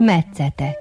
Metszetek.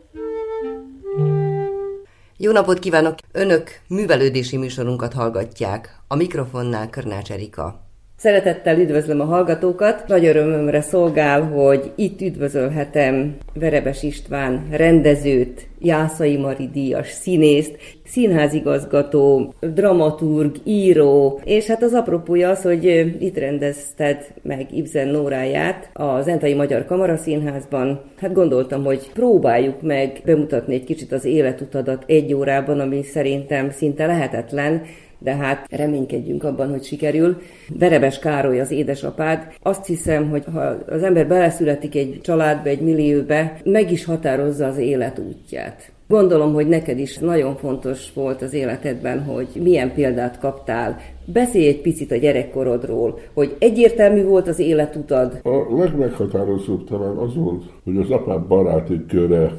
Jó napot kívánok! Önök művelődési műsorunkat hallgatják. A mikrofonnál Körnács Erika. Szeretettel üdvözlöm a hallgatókat. Nagy örömömre szolgál, hogy itt üdvözölhetem Verebes István rendezőt, Jászai Mari díjas színészt, színházigazgató, dramaturg, író, és hát az apropója az, hogy itt rendezted meg Ibsen Nóráját a Zentai Magyar Kamaraszínházban. Hát gondoltam, hogy próbáljuk meg bemutatni egy kicsit az életutadat egy órában, ami szerintem szinte lehetetlen, de hát reménykedjünk abban, hogy sikerül. Verebes Károly az édesapád. Azt hiszem, hogy ha az ember beleszületik egy családba, egy millióbe, meg is határozza az élet útját. Gondolom, hogy neked is nagyon fontos volt az életedben, hogy milyen példát kaptál. Beszélj egy picit a gyerekkorodról, hogy egyértelmű volt az életutad. A legmeghatározóbb talán az volt, hogy az apám baráti köre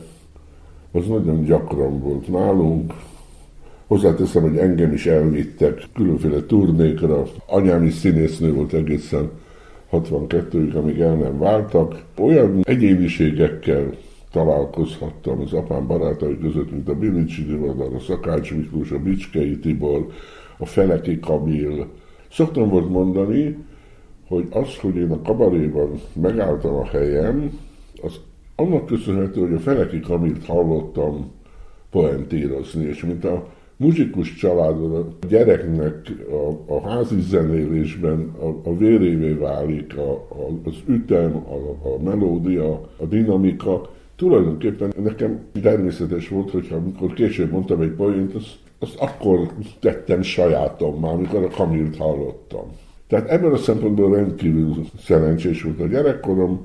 az nagyon gyakran volt nálunk. Hozzáteszem, hogy engem is elvittek különféle turnékra. Anyám is színésznő volt egészen 62-ig, amíg el nem váltak. Olyan egyéniségekkel találkozhattam az apám barátai között, mint a Bilicsi Divadar, a Szakács Miklós, a Bicskei Tibor, a Feleki Kamil. Szoktam volt mondani, hogy az, hogy én a kabaréban megálltam a helyem, az annak köszönhető, hogy a Feleki Kamilt hallottam poentírozni, és mint a muzsikus családban a gyereknek a házi zenélésben a vérévé válik az ütem, a melódia, a dinamika. Tulajdonképpen nekem természetes volt, hogyha amikor később mondtam egy poént, azt akkor tettem sajátommá, amikor a Kamilt hallottam. Tehát ebből a szempontból rendkívül szerencsés volt a gyerekkorom,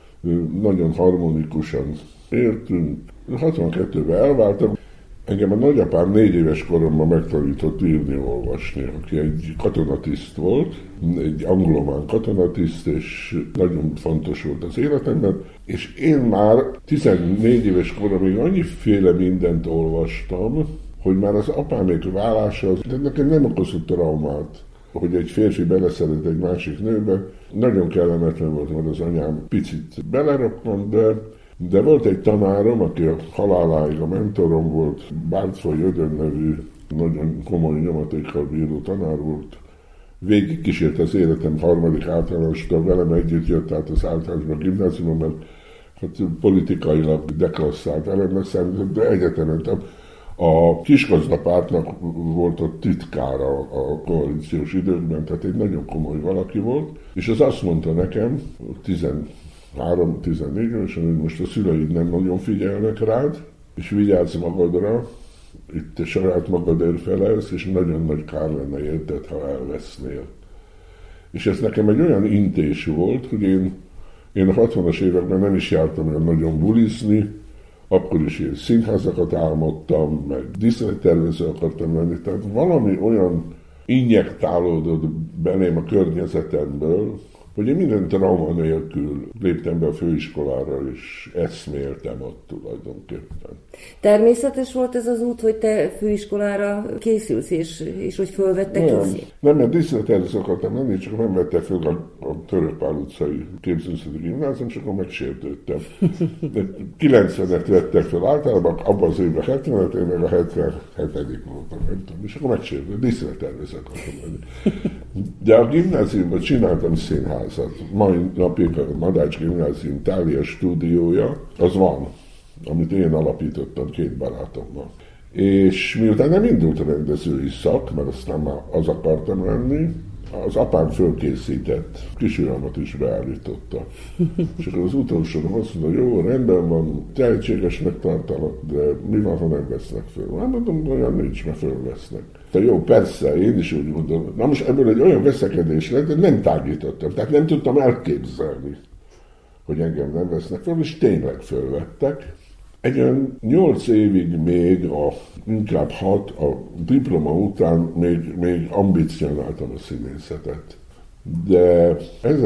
nagyon harmonikusan éltünk. 62-ben elváltam. Engem a nagyapám 4 éves koromban megtanított írni-olvasni, aki egy katonatiszt volt, egy anglomán katonatiszt, és nagyon fontos volt az életemben, és én már 14 éves koromig annyiféle mindent olvastam, hogy már az apámék válása, de nekem nem okozott traumát, hogy egy férfi beleszeret egy másik nőbe. Nagyon kellemetlen volt, mert az anyám picit beleroppant, de volt egy tanárom, aki a haláláig a mentorom volt, Bártfai Ödön nevű, nagyon komoly nyomatékkal bíró tanár volt. Végig kísért az életem 3. általánosítól, velem együtt jött át az általánosban gimnáziumban, mert hát politikailag deklasszált elemnek számított, de egyetemen. A Kisgazdapártnak volt a titkára a koalíciós időkben, tehát egy nagyon komoly valaki volt, és az azt mondta nekem, 13-14 évesen, hogy most a szüleid nem nagyon figyelnek rád, és vigyázz magadra, itt te saját magadért felelsz, és nagyon nagy kár lenne érted, ha elvesznél. És ez nekem egy olyan intés volt, hogy én a 60-as években nem is jártam olyan nagyon bulizni, akkor is én színházakat álmodtam, meg díszlettervező akartam lenni, tehát valami olyan injektálódott belém a környezetemből, hogy én minden trauma nélkül léptem be a főiskolára, és eszméltem ott tulajdonképpen. Természetes volt ez az út, hogy te főiskolára készülsz, és hogy fölvettek készül? Nem, mert díszlettervező akartam lenni, csak nem vette föl a Törökpál utcai képzőművészeti gimnázium, csak akkor megsértődtem. 90-et vettek föl általában, abban az évben 70-et, én meg a 77. voltam, nem tudom, és akkor megsértődtem, díszlettervező akartam lenni. De a gimnáziumban csináltam színházat. Mai napig a Madács Gimnázium Thália stúdiója, az van, amit én alapítottam 2 barátommal. És miután nem indult a rendezői szak, mert aztán már az akartam lenni, az apám fölkészített, kisuramat is beállította. És akkor az utolsóra azt mondta, jó, rendben van, tehetségesnek tartalak, de mi van, ha nem vesznek föl? Hát mondom, olyan nincs, mert fölvesznek. De jó, persze, én is úgy mondom. Na most ebből egy olyan veszekedés lett, de nem tágítottam, tehát nem tudtam elképzelni, hogy engem nem vesznek föl, és tényleg fölvettek. Egy olyan 8 évig még, inkább 6, a diploma után még ambicionáltam a színészetet. De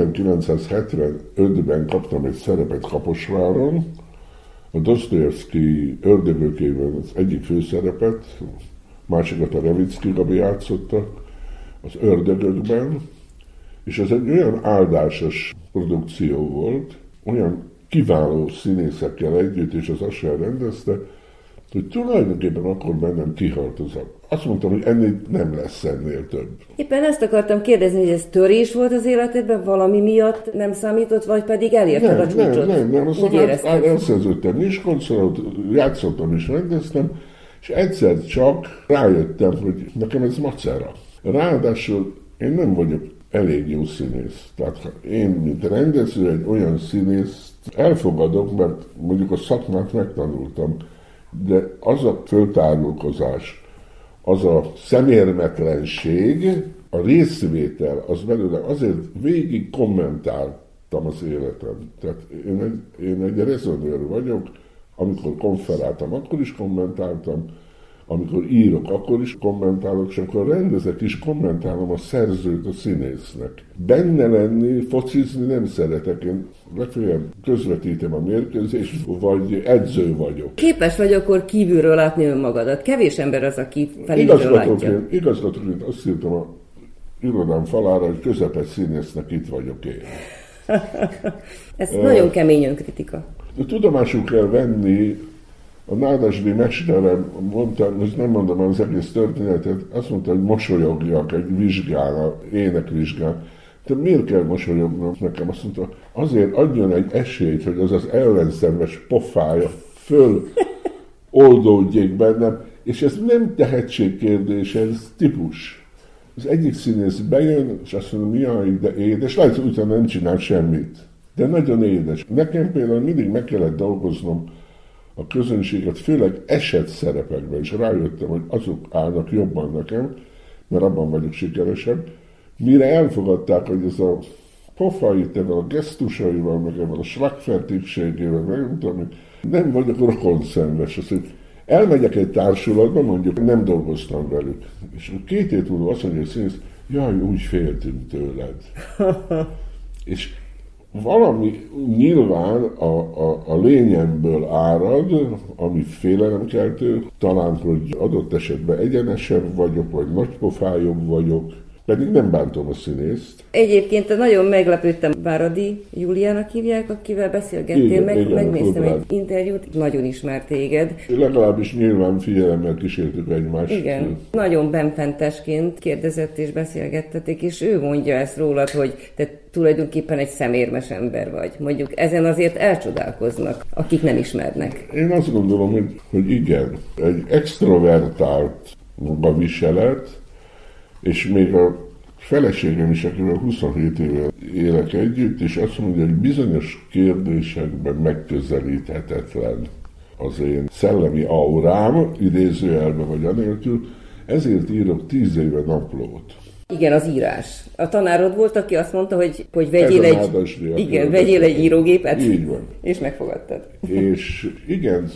1975-ben kaptam egy szerepet Kaposváron, a Dostoyevsky Ördögökében az egyik főszerepet, másikat a Revicki Gabi játszotta az Ördögökben, és ez egy olyan áldásos produkció volt, olyan kiváló színészekkel együtt, és az Asher rendezte, hogy tulajdonképpen akkor bennem kihalt az azt mondtam, hogy ennél nem lesz ennél több. Éppen ezt akartam kérdezni, hogy ez törés volt az életedben, valami miatt nem számított, vagy pedig elérted a csúcsot? Nem, aztán elszerződtem Miskolcra, játszottam és rendeztem, és egyszer csak rájöttem, hogy nekem ez macera. Ráadásul én nem vagyok elég jó színész. Tehát én, mint rendező, egy olyan színészt elfogadok, mert mondjuk a szakmát megtanultam, de az a föltárulkozás, az a szemérmetlenség, a részvétel, az belőle azért végig kommentáltam az életem. Tehát én egy rezonőr vagyok, amikor konferáltam, akkor is kommentáltam, amikor írok, akkor is kommentálok, és amikor rendezek is, kommentálom a szerzőt a színésznek. Benne lenni, focizni nem szeretek, én legfeljebb közvetítem a mérkőzést, vagy edző vagyok. Képes vagy akkor kívülről látni önmagadat. Kevés ember az, aki felülről látja. Igazgatóként azt írtam a irodám falára, hogy közepes színésznek itt vagyok én. Ez nagyon kemény önkritika. Tudomásul kell venni, a Nádasdy mesterem mondta, most nem mondom el az egész történetet, azt mondta, hogy mosolyogjak egy vizsgán, énekvizsgán. De miért kell mosolyognom nekem? Azt mondta, azért adjon egy esélyt, hogy az ellenszenves pofája föl oldódjék bennem, és ez nem tehetségkérdése, ez típus. Az egyik színész bejön, és azt mondja, jaj, de édes, lehet, hogy utána nem csinál semmit, de nagyon édes. Nekem például mindig meg kellett dolgoznom a közönséget, főleg esetszerepekben, és rájöttem, hogy azok állnak jobban nekem, mert abban vagyok sikeresebb, mire elfogadták, hogy ez a pofait, ezzel a gesztusaival, meg ebben a slagfertigségével, meg nem tudom, nem vagyok rokonszenves. Azt, hogy elmegyek egy társulatba, mondjuk nem dolgoztam velük, és 2 hét múlva azt mondja, hogy színész, jaj, úgy féltünk tőled. És valami nyilván a lényemből árad, ami félelemkeltő, talán, hogy adott esetben egyenesebb vagyok, vagy nagypofájobb vagyok, pedig nem bántom a színészt. Egyébként nagyon meglepődtem, Váradi Júliának hívják, akivel beszélgettél, megnéztem egy interjút, nagyon ismert téged. Legalábbis nyilván figyelemmel kísértük egymást. Igen, nagyon benfentesként kérdezett és beszélgettetek, és ő mondja ezt rólad, hogy te tulajdonképpen egy szemérmes ember vagy. Mondjuk ezen azért elcsodálkoznak, akik nem ismernek. Én azt gondolom, hogy igen, egy extrovertált magaviselet, és még a feleségem is, akivel 27 éve élek együtt, és azt mondja, hogy bizonyos kérdésekben megközelíthetetlen az én szellemi aurám, idézőjelben vagy anélkül, ezért írok 10 éve naplót. Igen, az írás. A tanárod volt, aki azt mondta, hogy vegyél egy írógépet, így van. És megfogadtad. És igen,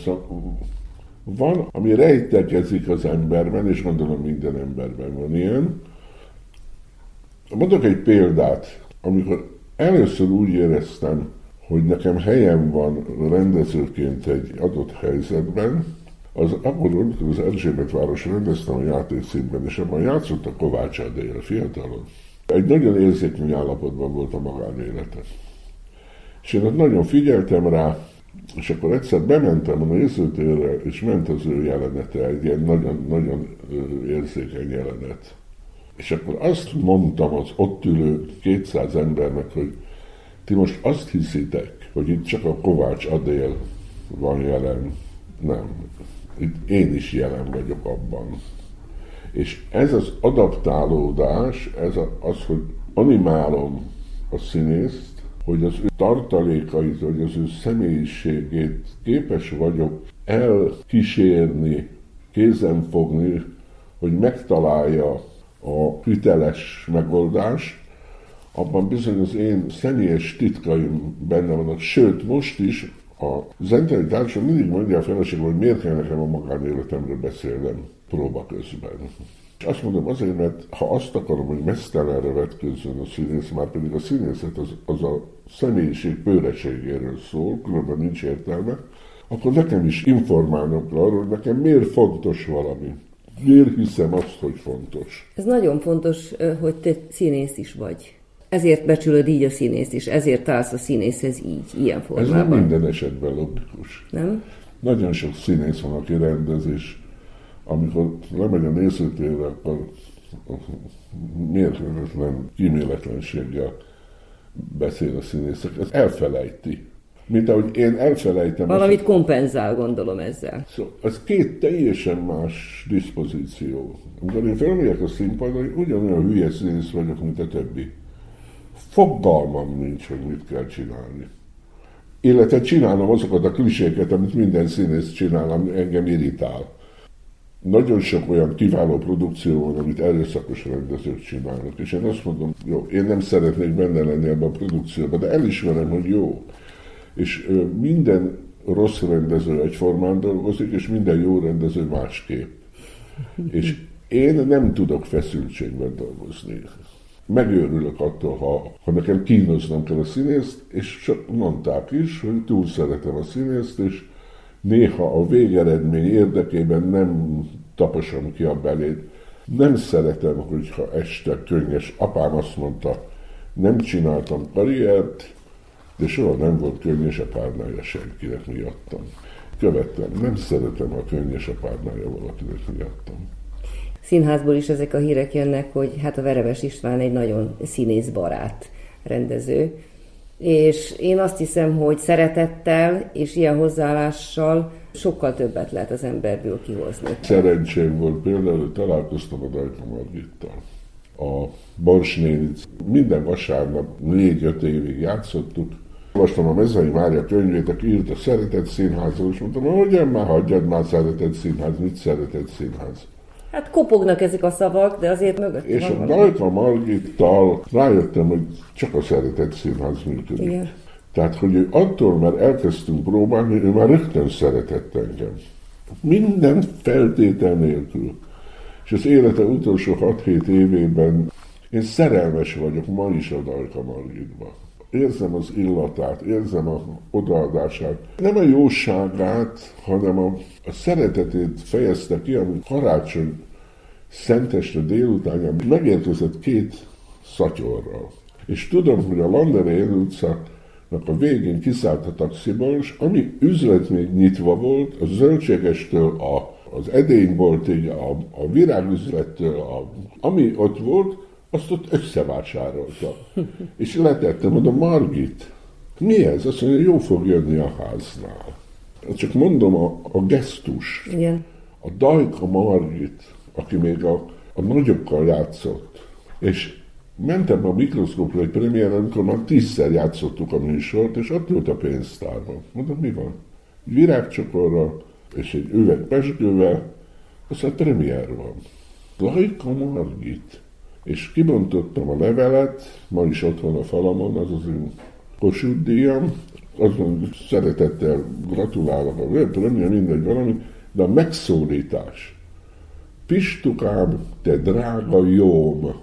van, ami rejtekezik az emberben, és gondolom minden emberben van ilyen. Mondok egy példát, amikor először úgy éreztem, hogy nekem helyem van rendezőként egy adott helyzetben, az akkor, amikor az Erzsébetváros rendeztem a játékszínben, és abban játszott a Kovács Adél fiatalon. Egy nagyon érzékeny állapotban volt a magánélete. És én ott nagyon figyeltem rá, és akkor egyszer bementem a nézőtérre, és ment az ő jelenete, egy ilyen nagyon érzékeny jelenet. És akkor azt mondtam az ott ülő 200 embernek, hogy ti most azt hiszitek, hogy itt csak a Kovács Adél van jelen. Nem. Itt én is jelen vagyok abban. És ez az adaptálódás, ez az, hogy animálom a színészt, hogy az ő tartalékait, vagy az ő személyiségét képes vagyok elkísérni, kézen fogni, hogy megtalálja a hiteles megoldást, abban bizony az én személyes titkaim benne vannak. Sőt, most is a zenei társadalom mindig mondja a feleségem, hogy miért kell nekem a magánéletemről beszélnem próba közben. És azt mondom azért, mert ha azt akarom, hogy mesztelenre vetkőzzön a színész, már pedig a színészet az a személyiség pőreségéről szól, különben nincs értelme, akkor nekem is informálnom kell arról, hogy nekem miért fontos valami. Miért hiszem azt, hogy fontos. Ez nagyon fontos, hogy te színész is vagy. ezért becsülöd így a színészt, és ezért állsz a színészhez így, ilyen formában. Ez nem minden esetben logikus. Nem? Nagyon sok színész van, aki rendez, és amikor lemegy a nézőtérre, akkor mérhetetlen kíméletlenséggel beszél a színészek. Ez elfelejti. Mint ahogy én elfelejtem. Valamit kompenzál, gondolom ezzel. Szóval ez két teljesen más diszpozíció. Amikor én felmegyek a színpadra, ugyanolyan hülye színész vagyok, mint a többi. Fogalmam nincs, hogy mit kell csinálni. Illetve csinálom azokat a kliséket, amit minden színész csinál, ami engem irritál. Nagyon sok olyan kiváló produkció van, amit erőszakos rendezők csinálnak, és én azt mondom, jó, én nem szeretnék benne lenni ebben a produkcióban, de elismerem, hogy jó. És minden rossz rendező egyformán dolgozik, és minden jó rendező másképp. És én nem tudok feszültségben dolgozni. Megőrülök attól, ha nekem kínoznom kell a színészt, és mondták is, hogy túl szeretem a színészt, és néha a végeredmény érdekében nem taposom ki a belét. Nem szeretem, hogyha este könnyes. Apám azt mondta, nem csináltam karriert, de soha nem volt könnyes a párnája senkinek miattam. Követtem, nem szeretem, a könnyes a párnája valakinek miattam. Színházból is ezek a hírek jönnek, hogy hát a Verebes István egy nagyon színészbarát rendező. És én azt hiszem, hogy szeretettel és ilyen hozzáállással sokkal többet lehet az emberből kihozni. Szerencsém volt például, hogy találkoztam a Dajka Margittal. A Bors nénit minden vasárnap 4-5 évig játszottuk. Olvastam a Mezei Mária könyvét, aki írt a Szeretett Színházról, és mondtam, hogy már hagyjad már Szeretett Színház, mit Szeretett Színház? Hát kopognak ezek a szavak, de azért mögött és a Dajka Margittal rájöttem, hogy csak a Szeretett Színház működik. Igen. Tehát, hogy ő attól, mert elkezdtünk próbálni, ő már rögtön szeretett engem. Minden feltétel nélkül. És az élete utolsó 6-7 évében én szerelmes vagyok ma is a Dajka Margitba. Érzem az illatát, érzem az odaadását. Nem a jóságát, hanem a szeretetét fejezte ki, amit karácsony szenteste délutánján megérkezett 2 szatyorral. És tudom, hogy a Landerén utcának a végén kiszállt a taxiból, és ami üzlet még nyitva volt, a zöldségestől az edényboltig, a virágüzlettől, ami ott volt, azt ott összevásárolta. És letettem, mondom, Margit, mi ez? Azt mondja, jó fog jönni a háznál. Csak mondom a gesztus. Igen. A Dajka Margit, aki még a nagyokkal játszott. És mentem a Mikroszkópra egy premiéren, amikor már 10-szer játszottuk a műsort, és ott volt a pénztárban. Mondom, mi van? Egy virágcsokorra és egy üveg pezsgővel, aztán premiér van. Dajka Margit. És kibontottam a levelet, ma is ott van a falamon, az az én Kossuth díjam, azon szeretettel gratulálok a premier, mindegy valami, de a megszólítás. Pistukám, te drága jóm!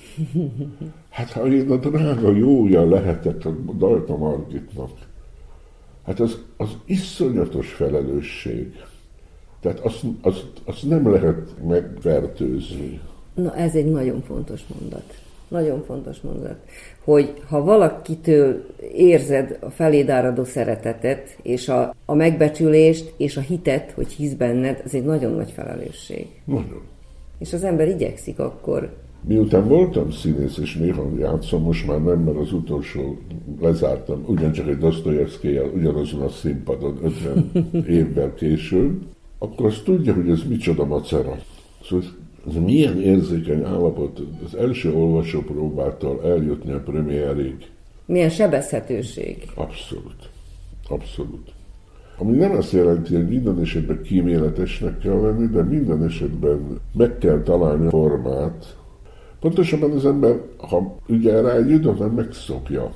Hát ha én a drága jója lehetek a Dajka Margitnak, hát az iszonyatos felelősség. Tehát azt nem lehet megfertőzni. Na, ez egy nagyon fontos mondat. Nagyon fontos mondat. Hogy ha valakitől érzed a feléd áradó szeretetet, és a megbecsülést, és a hitet, hogy hisz benned, ez egy nagyon nagy felelősség. Nagyon. És az ember igyekszik akkor. Miután voltam színész, és néha játszom, most már nem, mert az utolsó lezártam, ugyancsak egy Dostoyevszkijjel, ugyanazon a színpadon 50 évvel később, akkor azt tudja, hogy ez micsoda macera. Szóval ez milyen érzékeny állapot az első olvasópróbától eljutni a premiérig. Milyen sebezhetőség. Abszolút. Abszolút. Ami nem azt jelenti, hogy minden esetben kíméletesnek kell lenni, de minden esetben meg kell találni a formát. Pontosabban az ember, ha ügyel rá egy időben megszokja.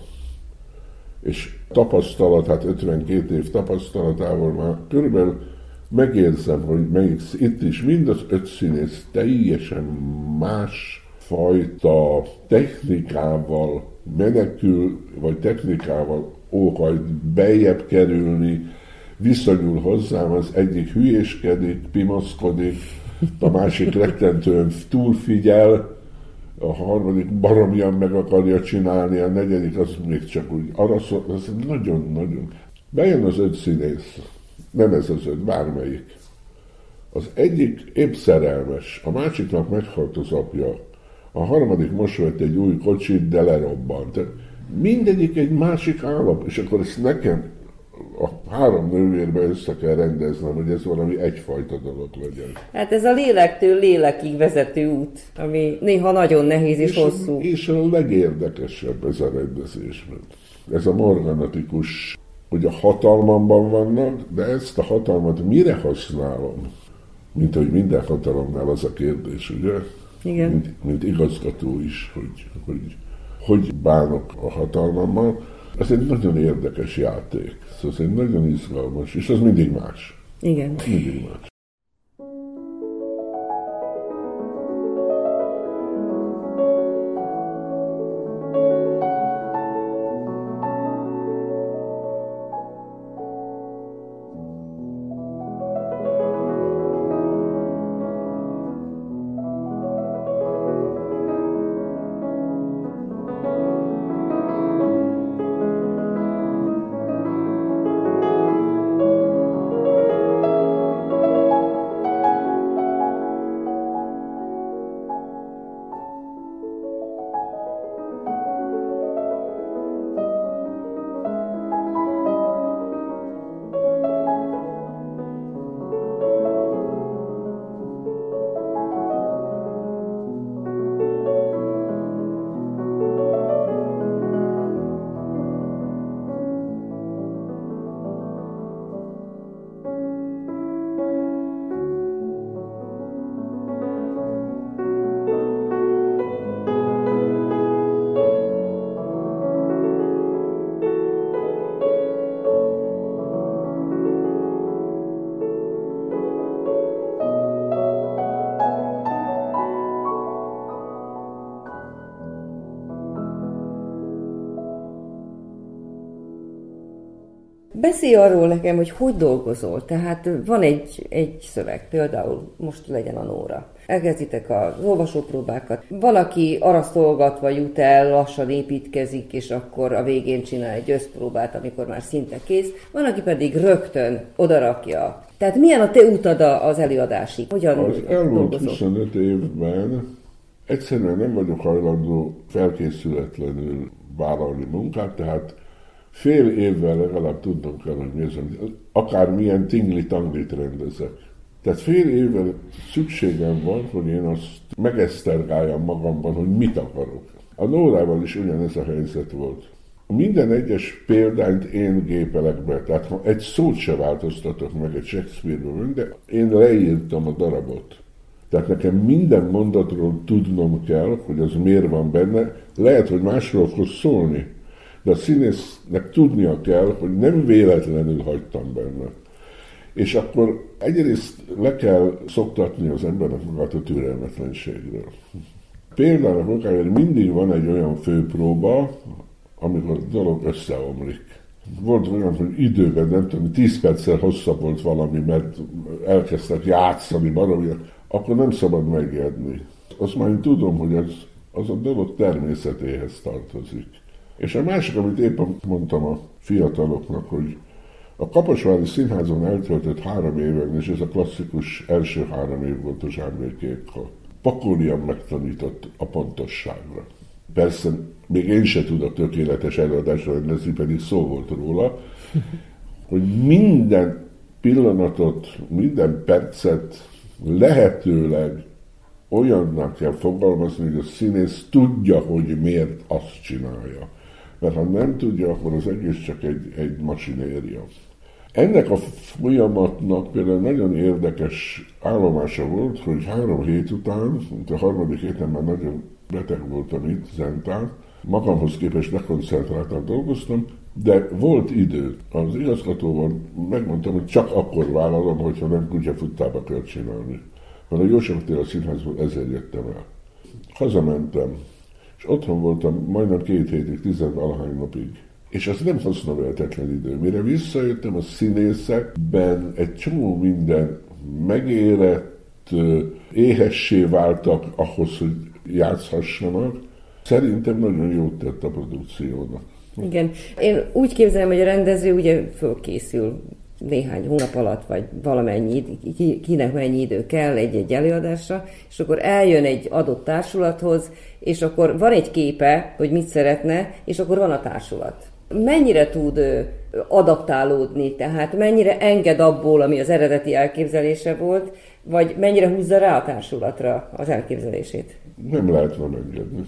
És tapasztalat, hát 52 év tapasztalatával már körülbelül megérzem, hogy melyik, itt is mind az 5 színész teljesen más fajta technikával menekül, vagy technikával óhajt beljebb kerülni, viszonyul hozzám, az egyik hülyéskedik, pimaszkodik, a másik rettentően túlfigyel, a harmadik baromjan meg akarja csinálni, a negyedik az még csak úgy arra szól, az nagyon-nagyon. Bejön az 5 színész, nem ez az 5, bármelyik. Az egyik épp szerelmes, a másiknak meghalt az apja, a harmadik most vett egy új kocsit, de lerobbant. Mindegyik egy másik állap, és akkor ezt nekem a 3 nővérbe össze kell rendeznem, hogy ez valami egyfajta dolog legyen. Hát ez a lélektől lélekig vezető út, ami néha nagyon nehéz és hosszú. És a legérdekesebb ez a rendezés. Ez a morganatikus, hogy a hatalmamban vannak, de ezt a hatalmat mire használom? Mint hogy minden hatalomnál az a kérdés, ugye? Igen. Mint igazgató is, hogy bánok a hatalmammal. Ez egy nagyon érdekes játék. Szóval ez egy nagyon izgalmas, és az mindig más. Igen. Mindig más. Beszélj arról nekem, hogy dolgozol. Tehát van egy szöveg, például most legyen a Nóra. Elkezditek az olvasópróbákat. Van, aki araszolgatva jut el, lassan építkezik, és akkor a végén csinál egy összpróbát, amikor már szinte kész. Van, aki pedig rögtön odarakja. Tehát milyen a te utad az előadásig? Hogyan az elmúlt dolgozol? 25 évben egyszerűen nem vagyok hajlandó felkészületlenül vállalni munkát, tehát fél évvel legalább tudnom kell, hogy mi az, akármilyen tingli-tanglit rendezek. Tehát fél évvel szükségem van, hogy én azt megesztergáljam magamban, hogy mit akarok. A Nórával is ugyanez a helyzet volt. Minden egyes példányt én gépelek be, tehát ha egy szót se változtatok meg egy Shakespeare-ből, de én leírtam a darabot. Tehát nekem minden mondatról tudnom kell, hogy az miért van benne, lehet, hogy másról fog szólni. De a színésznek tudnia kell, hogy nem véletlenül hagytam benne. És akkor egyrészt le kell szoktatni az embernek magát a türelmetlenségről. Például a munkájában mindig van egy olyan főpróba, amikor a dolog összeomlik. Volt olyan, hogy időben, nem tudom, 10 perccel hosszabb volt valami, mert elkezdtek játszani baromjak, akkor nem szabad megijedni. Azt már én tudom, hogy az a dolog természetéhez tartozik. És a másik, amit éppen mondtam a fiataloknak, hogy a Kaposvári Színházon eltöltött 3 éven, és ez a klasszikus első 3 év volt a Zsámbékékkal, pakolian megtanított a pontosságra. Persze, még én se tudok tökéletes előadásra rendezni, pedig szó volt róla, hogy minden pillanatot, minden percet lehetőleg olyannak kell fogalmazni, hogy a színész tudja, hogy miért azt csinálja. Mert ha nem tudja, akkor az egész csak egy masinéria. Ennek a folyamatnak például nagyon érdekes állomása volt, hogy 3 hét után, mint a 3. héten már nagyon beteg voltam itt, Zentán, magamhoz képest dekoncentráltan dolgoztam, de volt idő. Az igazgatóval megmondtam, hogy csak akkor vállalom, hogyha nem kutyafuttába kell csinálni. Mert a József Attila Színházból ezért jöttem el. Hazamentem, és otthon voltam majdnem 2 hétig, 10-valahány napig. És ez nem hasznavehetetlen idő. Mire visszajöttem, a színészekben egy csomó minden megérett, éhessé váltak ahhoz, hogy játszhassanak. Szerintem nagyon jót tett a produkciónak. Igen. Én úgy képzelem, hogy a rendező ugye fölkészül néhány hónap alatt, vagy valamennyi, kinek mennyi idő kell egy előadásra, és akkor eljön egy adott társulathoz, és akkor van egy képe, hogy mit szeretne, és akkor van a társulat. Mennyire tud adaptálódni, tehát mennyire enged abból, ami az eredeti elképzelése volt, vagy mennyire húzza rá a társulatra az elképzelését? Nem lehet megengedni.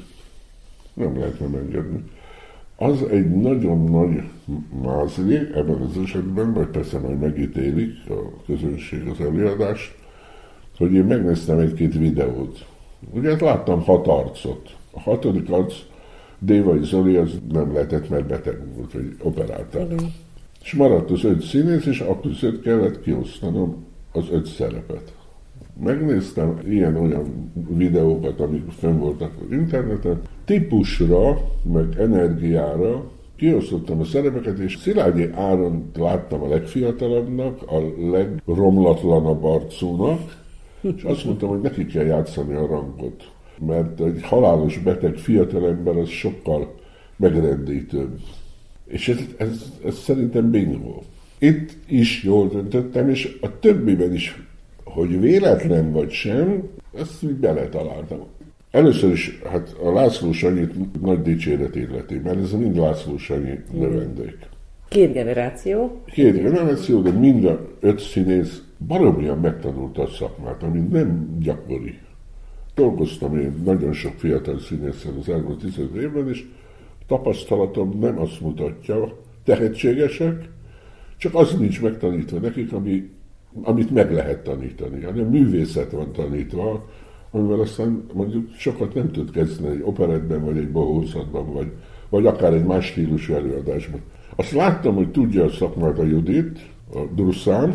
Nem lehet megengedni. Az egy nagyon nagy mázli ebben az esetben, vagy persze majd megítélik a közönség az előadást, hogy én megnéztem egy-két videót. Ugye láttam 6 arcot. A 6. arc, Dévai Zoli, az nem lehetett, mert beteg volt, hogy operálták. És maradt az 5 színész, és akközött kellett kiosztanom az 5 szerepet. Megnéztem ilyen-olyan videókat, amik fönn voltak az interneten, típusra, meg energiára kiosztottam a szerepeket, és Szilágyi Áront láttam a legfiatalabbnak, a legromlatlanabb arcúnak, és azt mondtam, hogy neki kell játszani a rangot, mert egy halálos beteg fiatalember az sokkal megrendítőbb. És ez szerintem bingo. Itt is jól döntöttem, és a többiben is, hogy véletlen vagy sem, ezt úgy beletaláltam. Először is, hát a László Sanyit nagy dicséret illeti, mert ez mind László Sanyi növendék. 2 generáció. 2 generáció, de mind a 5 színész baromilyen megtanulta a szakmát, ami nem gyakori. Dolgoztam én nagyon sok fiatal színésszel az elmúlt 15 évben, és tapasztalatom nem azt mutatja, tehetségesek, csak az nincs megtanítva nekik, amit meg lehet tanítani, hanem művészet van tanítva, amivel aztán mondjuk sokat nem tud kezdeni egy operettben, vagy egy bohózatban, vagy akár egy más stílusú előadásban. Azt láttam, hogy tudja a szakmát a Judit, a Druszán,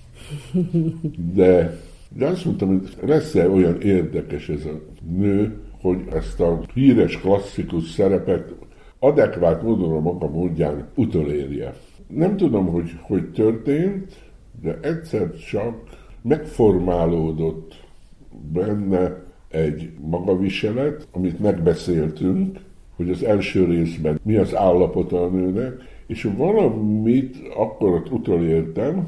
de azt mondtam, hogy lesz-e olyan érdekes ez a nő, hogy ezt a híres klasszikus szerepet adekvát módon a maga módján utolérje. Nem tudom, hogy történt, de egyszer csak megformálódott benne egy magaviselet, amit megbeszéltünk, hogy az első részben mi az állapota a nőnek, és valamit akkor ott utolértem,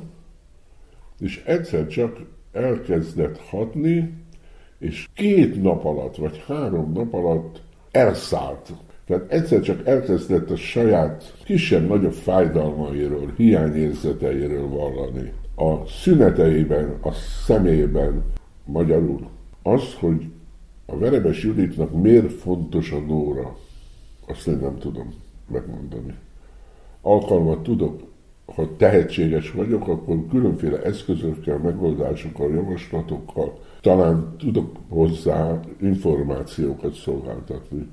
és egyszer csak elkezdett hatni, és 2 nap alatt, vagy 3 nap alatt elszállt. Tehát egyszer csak elkezdett a saját kisebb-nagyobb fájdalmairól, hiányérzeteiről vallani. A szüneteiben, a szemében, magyarul. Az, hogy a Verebes Juditnak miért fontos a Nóra, azt én nem tudom megmondani. Alkalmat tudok, ha tehetséges vagyok, akkor különféle eszközökkel, megoldásokkal, javaslatokkal talán tudok hozzá információkat szolgáltatni.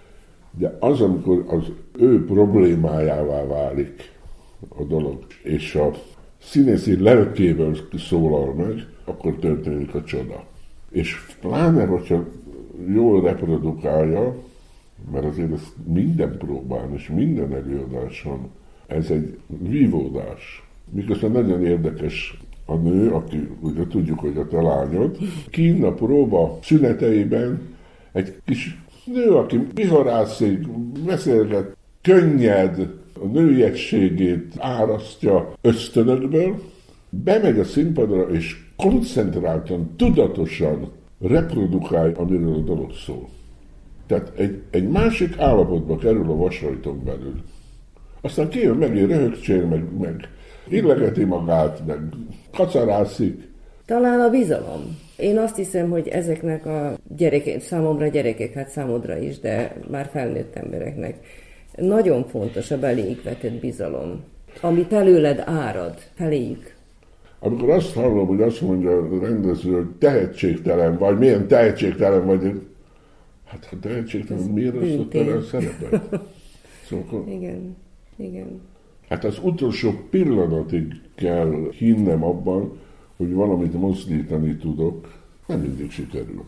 De az, amikor az ő problémájává válik a dolog, és a színészi lelkéből szólal meg, akkor történik a csoda. És pláne, hogyha jól reprodukálja, mert azért ezt minden próbán és minden előadáson ez egy vívódás. Miközben nagyon érdekes a nő, aki ugye tudjuk, hogy a te lányod, kinn a próba szüneteiben egy kis nő, aki viharászik, beszélget, könnyed, a nőiességét árasztja ösztönökből, bemegy a színpadra, és koncentráltan, tudatosan reprodukálja, amiről a dolog szól. Tehát egy másik állapotba kerül a vasrajton belül. Aztán kijön, megint röhögcsél, meg illegeti magát, meg kacarászik. Talán a bizalom. Én azt hiszem, hogy ezeknek a gyerekek, számomra gyerekek, hát számodra is, de már felnőtt embereknek nagyon fontos a beléjük vetett bizalom, ami belőled árad, feléjük. Amikor azt hallom, hogy azt mondja a rendező, hogy tehetségtelen vagy, milyen tehetségtelen vagy, hát ha tehetségtelen, miért osztottál el a szerepet? Szóval, Igen. Hát az utolsó pillanatig kell hinnem abban, hogy valamit mozdítani tudok, nem mindig sikerül.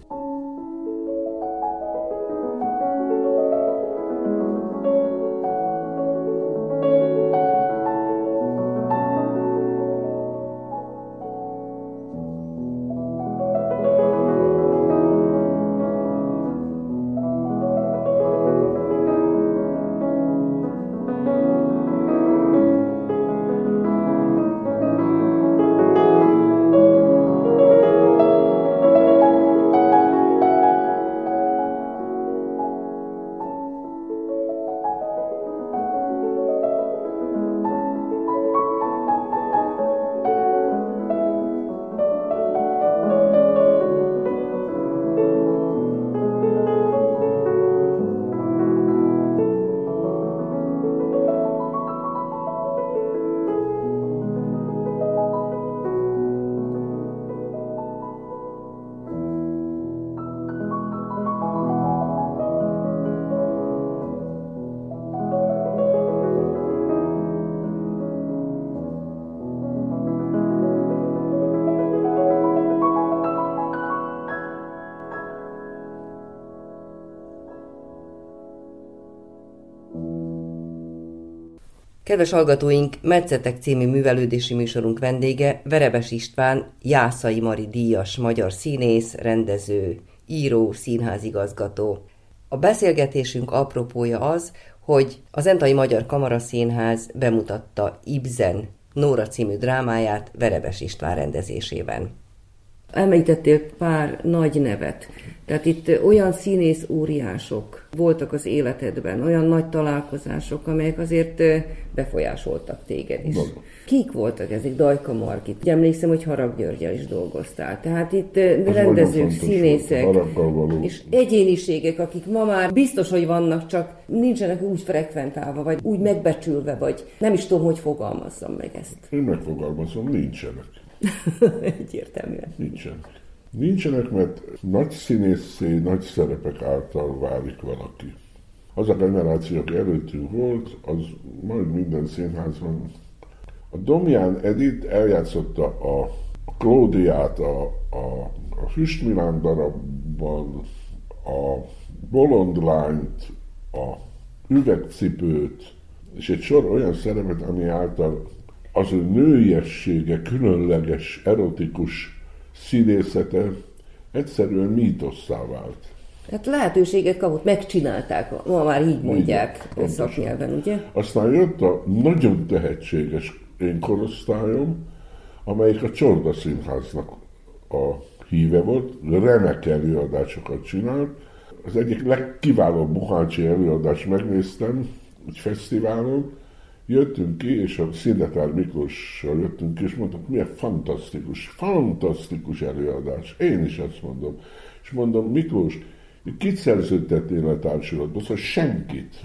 Kedves hallgatóink, Metszetek című művelődési műsorunk vendége Verebes István, Jászai Mari díjas magyar színész, rendező, író, színházigazgató. A beszélgetésünk apropója az, hogy az Entai Magyar Kamaraszínház bemutatta Ibsen Nóra című drámáját Verebes István rendezésében. Említettél pár nagy nevet. Tehát itt olyan színész óriások voltak az életedben, olyan nagy találkozások, amelyek azért befolyásoltak téged is. Kik voltak ezek? Dajka Margit. Ugye emlékszem, hogy Harag Györggyel is dolgoztál. Tehát itt rendezők, színészek és egyéniségek, akik ma már biztos, hogy vannak, csak nincsenek úgy frekventálva, vagy úgy megbecsülve, vagy nem is tudom, hogy fogalmazzam meg ezt. Én megfogalmazom, nincsenek. Egyértelműen. Nincsenek, mert nagy színészé, nagy szerepek által válik valaki. Az a generáció, aki előttünk volt, az majd minden színházban. A Domján Edith eljátszotta a Klódiát a Füstmilán darabban, a Bolond lányt, a Üvegcipőt, és egy sor olyan szerepet, ami által az ő nőiessége, különleges, erotikus színészete egyszerűen mítosszá vált. Hát lehetőséget kapott, megcsinálták, ma már így mondják szaknyelven, ugye? Aztán jött a nagyon tehetséges én korosztályom, amelyik a Csorda Színháznak a híve volt, remek előadásokat csinált. Az egyik legkiválóbb Buhácsi előadást megnéztem egy fesztiválon, jöttünk ki, és a Szindetár Miklóssal jöttünk ki, és mondtuk, milyen fantasztikus előadás. Én is azt mondom. És mondom, Miklós, kit szerződtetnél a társulatba? Szóval senkit.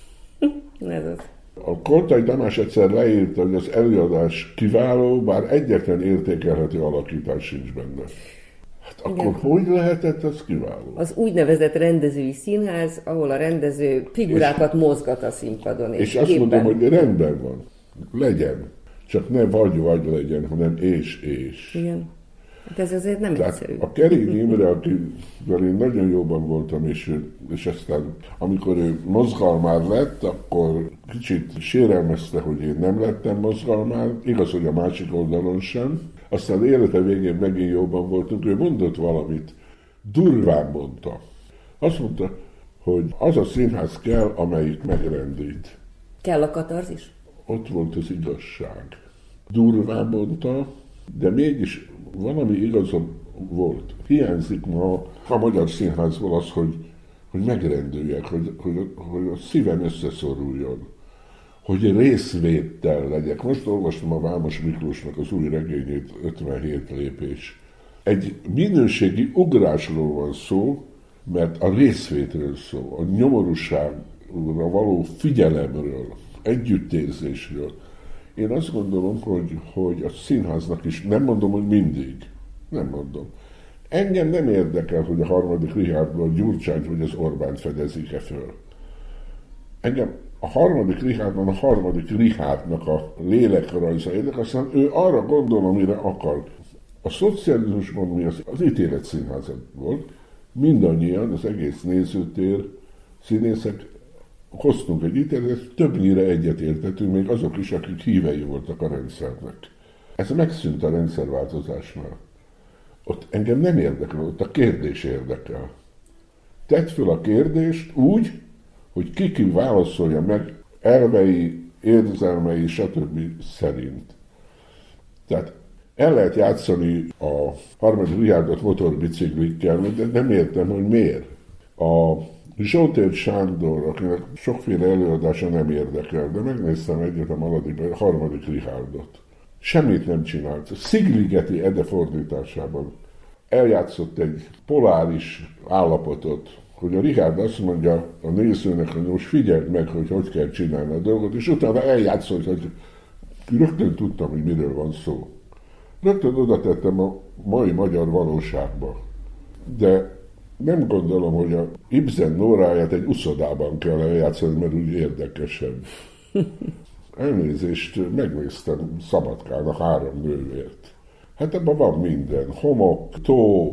Ez az. A Koltai Tamás egyszer leírta, hogy az előadás kiváló, bár egyetlen értékelhető alakítás sincs benne. Hát akkor igen. Hogy lehetett ez kiváló? Az úgynevezett rendezői színház, ahol a rendező figurákat mozgat a színpadon. És azt mondom, hogy rendben van, legyen. Csak ne vagy legyen, hanem és. Igen. Hát ez azért nem egyszerű. A Kerény Imre, akivel én nagyon jóban voltam, és aztán amikor ő mozgalmár lett, akkor kicsit sérelmezte, hogy én nem lettem mozgalmár, igaz, hogy a másik oldalon sem. Aztán élete végén megint jóban voltunk, ő mondott valamit, durván mondta. Azt mondta, hogy az a színház kell, amelyik megrendít. Kell a katarzis? Ott volt az igazság. Durván mondta, de mégis valami igazam volt. Hiányzik ma a magyar színházból az, hogy megrendüljek, hogy a szívem összeszoruljon, hogy részvéttel legyek. Most olvastam a Vámos Miklósnak az új regényét, 57 lépés. Egy minőségi ugrásról van szó, mert a részvétről szó, a nyomorúságra való figyelemről, együttérzésről. Én azt gondolom, hogy a színháznak is, nem mondom, hogy mindig, nem mondom. Engem nem érdekel, hogy a harmadik Richárdból Gyurcsányt vagy az Orbánt fedezik-e föl. Engem a harmadik Richárdban a harmadik Richárdnak a lélekrajza érdekel, aztán ő arra gondol, amire akar. A szocializmusban mi az ítéletszínházat volt, mindannyian, az egész nézőtér, színészek, hoztunk egy ítéletet, többnyire egyetértettünk, még azok is, akik hívei voltak a rendszernek. Ez megszűnt a rendszerváltozásnál. Ott engem nem érdekel, ott a kérdés érdekel. Tedd föl a kérdést úgy, hogy ki válaszolja meg elvei, érzelmei, stb. Szerint. Tehát el lehet játszani a harmadik Richárdot motorbiciklikkel, de nem értem, hogy miért. A Zsótér Sándor, akinek sokféle előadása nem érdekel, de megnéztem egyetem Aladikban a harmadik Richárdot. Semmit nem csinált. A Szigligeti Ede fordításában eljátszott egy poláris állapotot, hogy a Richárd azt mondja a nézőnek, hogy most figyeld meg, hogy kell csinálni a dolgot, és utána eljátszott, hogy rögtön tudtam, hogy miről van szó. Rögtön oda tettem a mai magyar valóságba. De nem gondolom, hogy a Ibsen Nóráját egy uszodában kell eljátszani, mert úgy érdekesebb. Elnézést, megnéztem Szabadkán a 3 nővért. Hát ebben van minden. Homok, tó,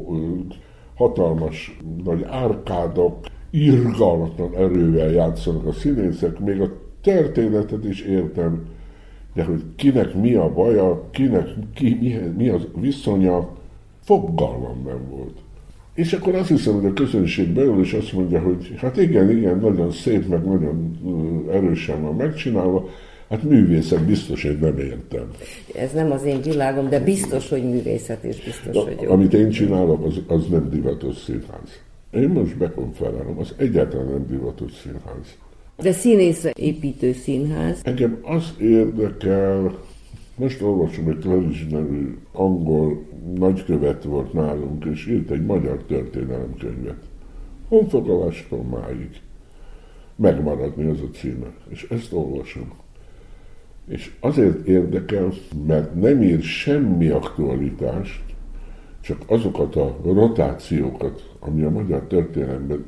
hatalmas nagy árkádok, irgalmatlan erővel játszanak a színészek, még a történetet is értem, de hogy kinek mi a baja, mi a viszonya, fogalmam nem volt. És akkor azt hiszem, hogy a közönség beül, és azt mondja, hogy hát igen, nagyon szép, meg nagyon erősen van megcsinálva, hát művészet biztos, hogy nem értem. Ez nem az én világom, de biztos, hogy művészet, és biztos, hogy jó. Amit én csinálok, az nem divatos színház. Én most bekonferálom, az egyáltalán nem divatos színház. De színészre építő színház. Engem az érdekel, most olvasom, egy Claridge nevű angol nagykövet volt nálunk, és írt egy magyar történelemkönyvet. Honfoglalástól máig. Megmaradni az a címe. És ezt olvasom. És azért érdekel, mert nem ír semmi aktualitást, csak azokat a rotációkat, ami a magyar történelemben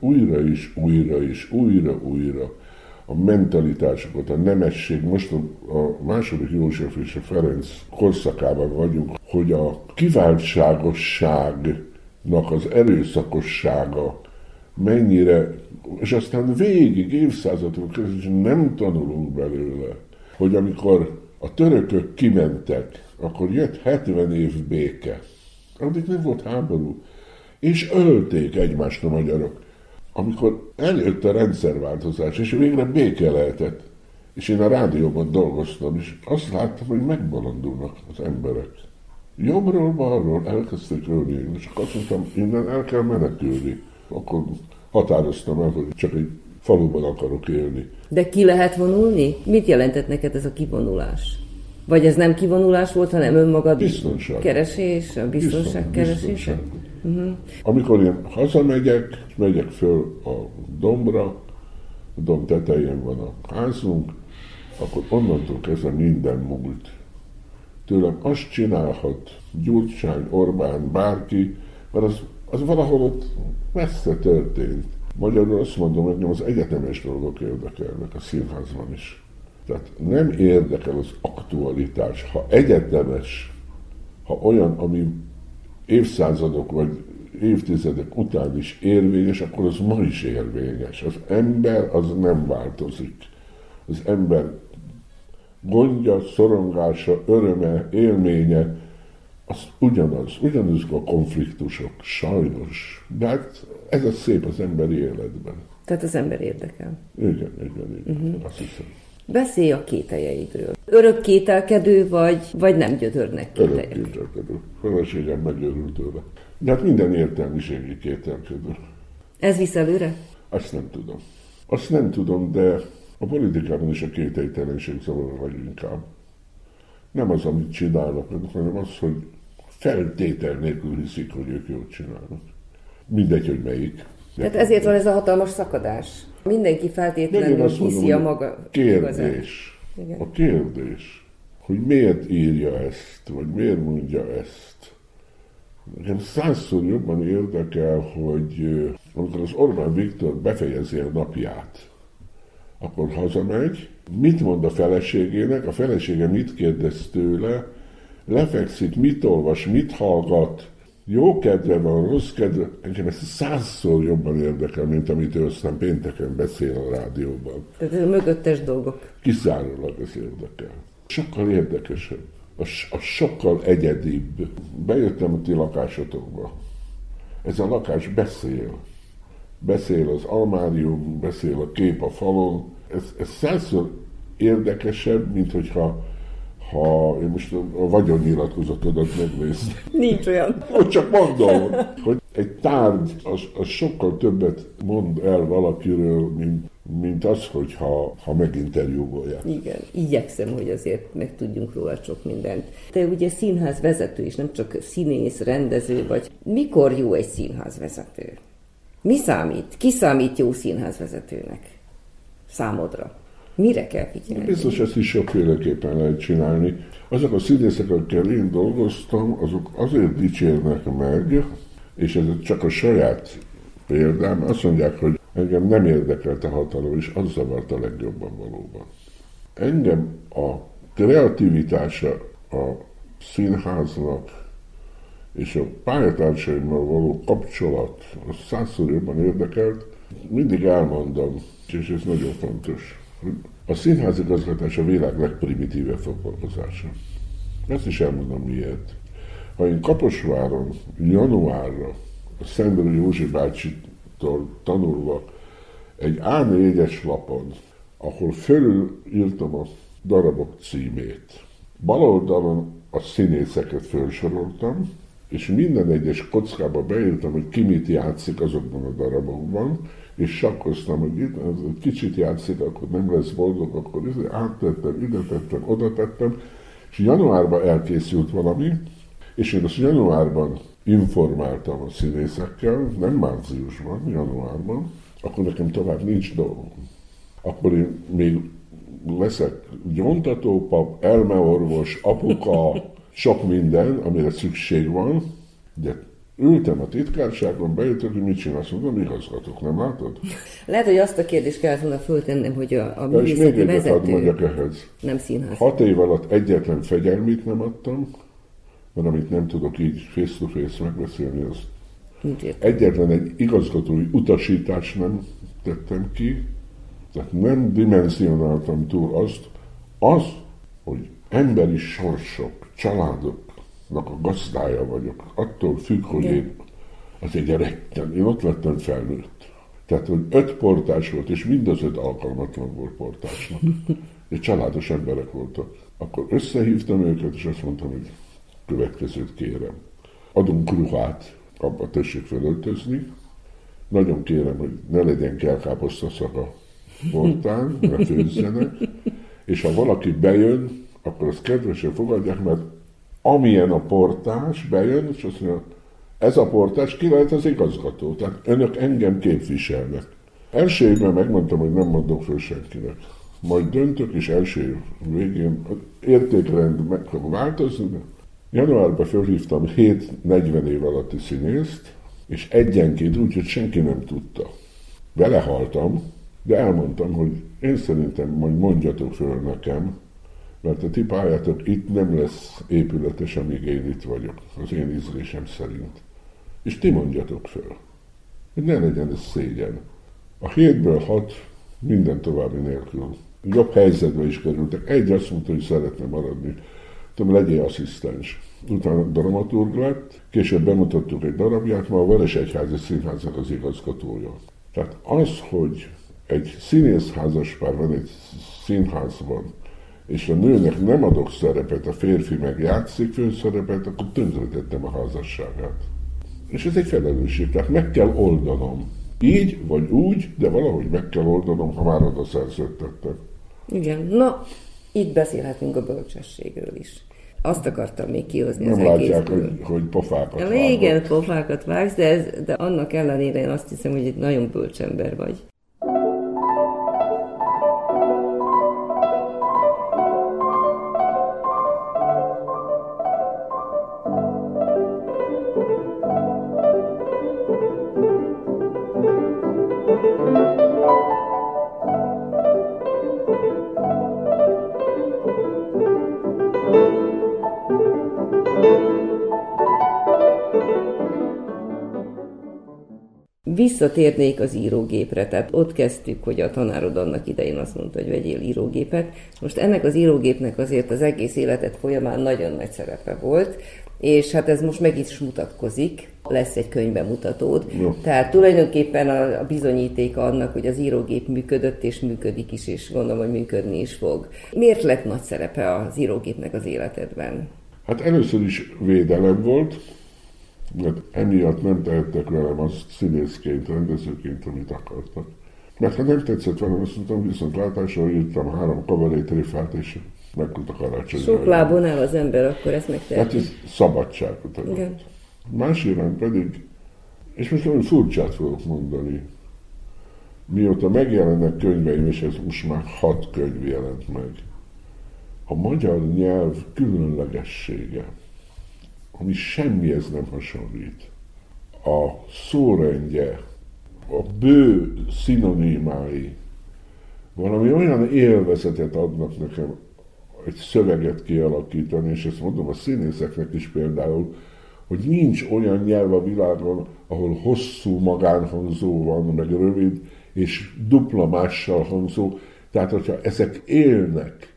újra, a mentalitásokat, a nemesség, most a második József és a Ferenc korszakában vagyunk, hogy a kiváltságosságnak az erőszakossága mennyire, és aztán végig évszázadok között nem tanulunk belőle, hogy amikor a törökök kimentek, akkor jött 70 év béke. Addig nem volt háború, és ölték egymást a magyarok. Amikor eljött a rendszerváltozás, és végre béke lehetett, és én a rádióban dolgoztam, és azt láttam, hogy megbolondulnak az emberek. Jobbról, balról elkezdték ölni, és azt mondtam, innen el kell menekülni. Akkor határoztam el, hogy csak egy faluban akarok élni. De ki lehet vonulni? Mit jelentett neked ez a kivonulás? Vagy ez nem kivonulás volt, hanem önmagad keresés, a biztonság keresése? Amikor én hazamegyek, megyek föl a dombra, a domb tetején van a házunk, akkor onnantól kezdve minden múlt. Tőlem azt csinálhat Gyurcsány, Orbán, bárki, mert az valahol ott messze történt. Magyarul azt mondom, hogy az egyetemes dolgok érdekelnek a színházban is. Tehát nem érdekel az aktualitás. Ha egyetemes, ha olyan, ami évszázadok vagy évtizedek után is érvényes, akkor az ma is érvényes. Az ember az nem változik. Az ember gondja, szorongása, öröme, élménye, az ugyanazok a konfliktusok, sajnos. De hát ez a szép az emberi életben. Tehát az ember érdekel. Igen, azt hiszem. Beszélj a kételjeidről. Örök kételkedő vagy nem gyötörnek kételyek? Örök kételkedő. Feleségem megőrült tőle. De hát minden értelmiségi kételkedő. Ez visz előre? Azt nem tudom, de a politikában is a kételytelenség zavar leginkább. Nem az, amit csinálnak, hanem az, hogy feltétel nélkül hiszik, hogy ők jót csinálnak. Mindegy, hogy melyik. Tehát ezért van ez a hatalmas szakadás. Mindenki feltétlenül hiszi a maga kérdés. A kérdés, hogy miért írja ezt, vagy miért mondja ezt. Nekem 100-szor jobban érdekel, hogy amikor az Orbán Viktor befejezi a napját, akkor hazamegy, mit mond a feleségének, a felesége mit kérdez tőle, lefekszik, mit olvas, mit hallgat, jó kedve van, rossz kedve, engem ezt 100-szor jobban érdekel, mint amit ő aztán pénteken beszél a rádióban. Tehát ez a mögöttes dolgok. Kizárólag ez érdekel. Sokkal érdekesebb, a sokkal egyedibb. Bejöttem a ti lakásotokba. Ez a lakás beszél. Beszél az almárium, beszél a kép a falon. Ez 100-szor érdekesebb, mint hogyha én most a vagyonnyilatkozatodat megnéztem. Nincs olyan. Csak mondom, hogy egy tárgy az sokkal többet mond el valakiről, mint az, ha meginterjúvolják. Igen, igyekszem, hogy azért megtudjunk róla sok mindent. Te ugye színházvezető is, nem csak színész, rendező vagy. Mikor jó egy színházvezető? Mi számít? Ki számít jó színházvezetőnek? Számodra? Mire kell figyelni? Biztos ezt is sokféleképpen lehet csinálni. Azok a színészek, akikkel én dolgoztam, azok azért dicsérnek meg, és ez csak a saját példám, azt mondják, hogy engem nem érdekelte hatalom, és az zavart a legjobban valóban. Engem a kreativitása a színháznak és a pályatársaimmal való kapcsolat, az 100-szor jobban érdekelt. Mindig elmondom, és ez nagyon fontos, A színházigazgatás a világ legprimitívebb foglalkozása. Ezt is elmondom miért. Ha én Kaposváron januárra a Szendrei Józsi bácsitól tanulva egy A4-es lapon, ahol fölül írtam a darabok címét, bal oldalon a színészeket felsoroltam, és minden egyes kockába beírtam, hogy ki mit játszik azokban a darabokban, és sakkoztam, hogy itt az egy kicsit játszik, akkor nem lesz boldog, akkor áttettem, ide tettem, oda tettem, és januárban elkészült valami, és én azt januárban informáltam a színészekkel, nem márciusban, januárban, akkor nekem tovább nincs dolgom. Akkor én még leszek gyóntatópap, elmeorvos, apuka, sok minden, amire szükség van, de ültem a titkárságon, bejöttem, hogy mit csinálsz, mondom, igazgatok, nem látod? Lehet, hogy azt a kérdést kellett volna föltennem, hogy a művészeti vezető ehhez. Nem színház. 6 év alatt egyetlen fegyelmét nem adtam, mert amit nem tudok így face-to-face megbeszélni, azt egyetlen egy igazgatói utasítást nem tettem ki, tehát nem dimenzionáltam túl azt, hogy emberi sorsok, családoknak a gazdája vagyok. Attól függ, hogy én az egy retten. Én ott lettem felnőtt. Tehát, hogy 5 portás volt, és mind az 5 alkalmatlan volt portásnak. És családos emberek voltak. Akkor összehívtam őket, és azt mondtam, hogy következőt kérem. Adunk ruhát, abba tessék felöltözni. Nagyon kérem, hogy ne legyen kelkáposzta szaga portán, ne főzzenek. És ha valaki bejön, akkor azt kedvesen fogadják, mert amilyen a portás bejön, és azt mondja, ez a portás, ki lehet az igazgató? Tehát önök engem képviselnek. Első évben megmondtam, hogy nem mondok föl senkinek. Majd döntök, és első év végén értékrend meg fog változni. De januárban fölhívtam 7-40 év alatti színészt, és egyenként úgy, hogy senki nem tudta. Belehaltam, de elmondtam, hogy én szerintem majd mondjatok föl nekem, mert a ti pályátok itt nem lesz épületes, amíg én itt vagyok, az én ízlésem szerint. És ti mondjatok föl, hogy ne legyen ez szégyen. A 7-ből 6 minden további nélkül. Jobb helyzetbe is kerültek. Egy azt mondta, hogy szeretne maradni. Tudom, legyél asszisztens. Utána dramaturg lett, később bemutattuk egy darabját, ma a Veresegyházi Színháznak az igazgatója. Tehát az, hogy egy színészházaspár van egy színházban, és a nőnek nem adok szerepet, a férfi meg játszik főszerepet, akkor tönkretettem a házasságát. És ez egy felelősség, tehát meg kell oldanom. Így vagy úgy, de valahogy meg kell oldanom, ha már oda szerződtettem. Igen, na, itt beszélhetünk a bölcsességről is. Azt akartam még kihozni nem az egészből. Nem látják, hogy pofákat vágok. Igen, pofákat vágsz, de annak ellenére én azt hiszem, hogy egy nagyon bölcs ember vagy. Visszatérnék az írógépre, tehát ott kezdtük, hogy a tanárod annak idején azt mondta, hogy vegyél írógépet. Most ennek az írógépnek azért az egész életed folyamán nagyon nagy szerepe volt, és hát ez most meg is mutatkozik, lesz egy könyvbemutatód. Jó. Tehát tulajdonképpen a bizonyítéka annak, hogy az írógép működött, és működik is, és gondolom, hogy működni is fog. Miért lett nagy szerepe az írógépnek az életedben? Hát először is védelem volt, mert emiatt nem tehettek velem azt színészként, rendezőként, amit akartak. Mert ha nem tetszett velem, azt mondtam, viszont látásra írtam 3 kabarétréfát, és megkult a karácsony. Sok lábon áll az ember, akkor ezt megteheti. Hát ez szabadságot adott. Másirán pedig, és most olyan furcsát fogok mondani, mióta megjelennek könyveim, és ez most már 6 könyv jelent meg, a magyar nyelv különlegessége, ami semmihez nem hasonlít. A szórendje, a bő szinonimái, valami olyan élvezetet adnak nekem egy szöveget kialakítani, és ezt mondom a színészeknek is például, hogy nincs olyan nyelv a világon, ahol hosszú magánhangzó van, meg rövid, és dupla mással hangzó. Tehát, hogyha ezek élnek,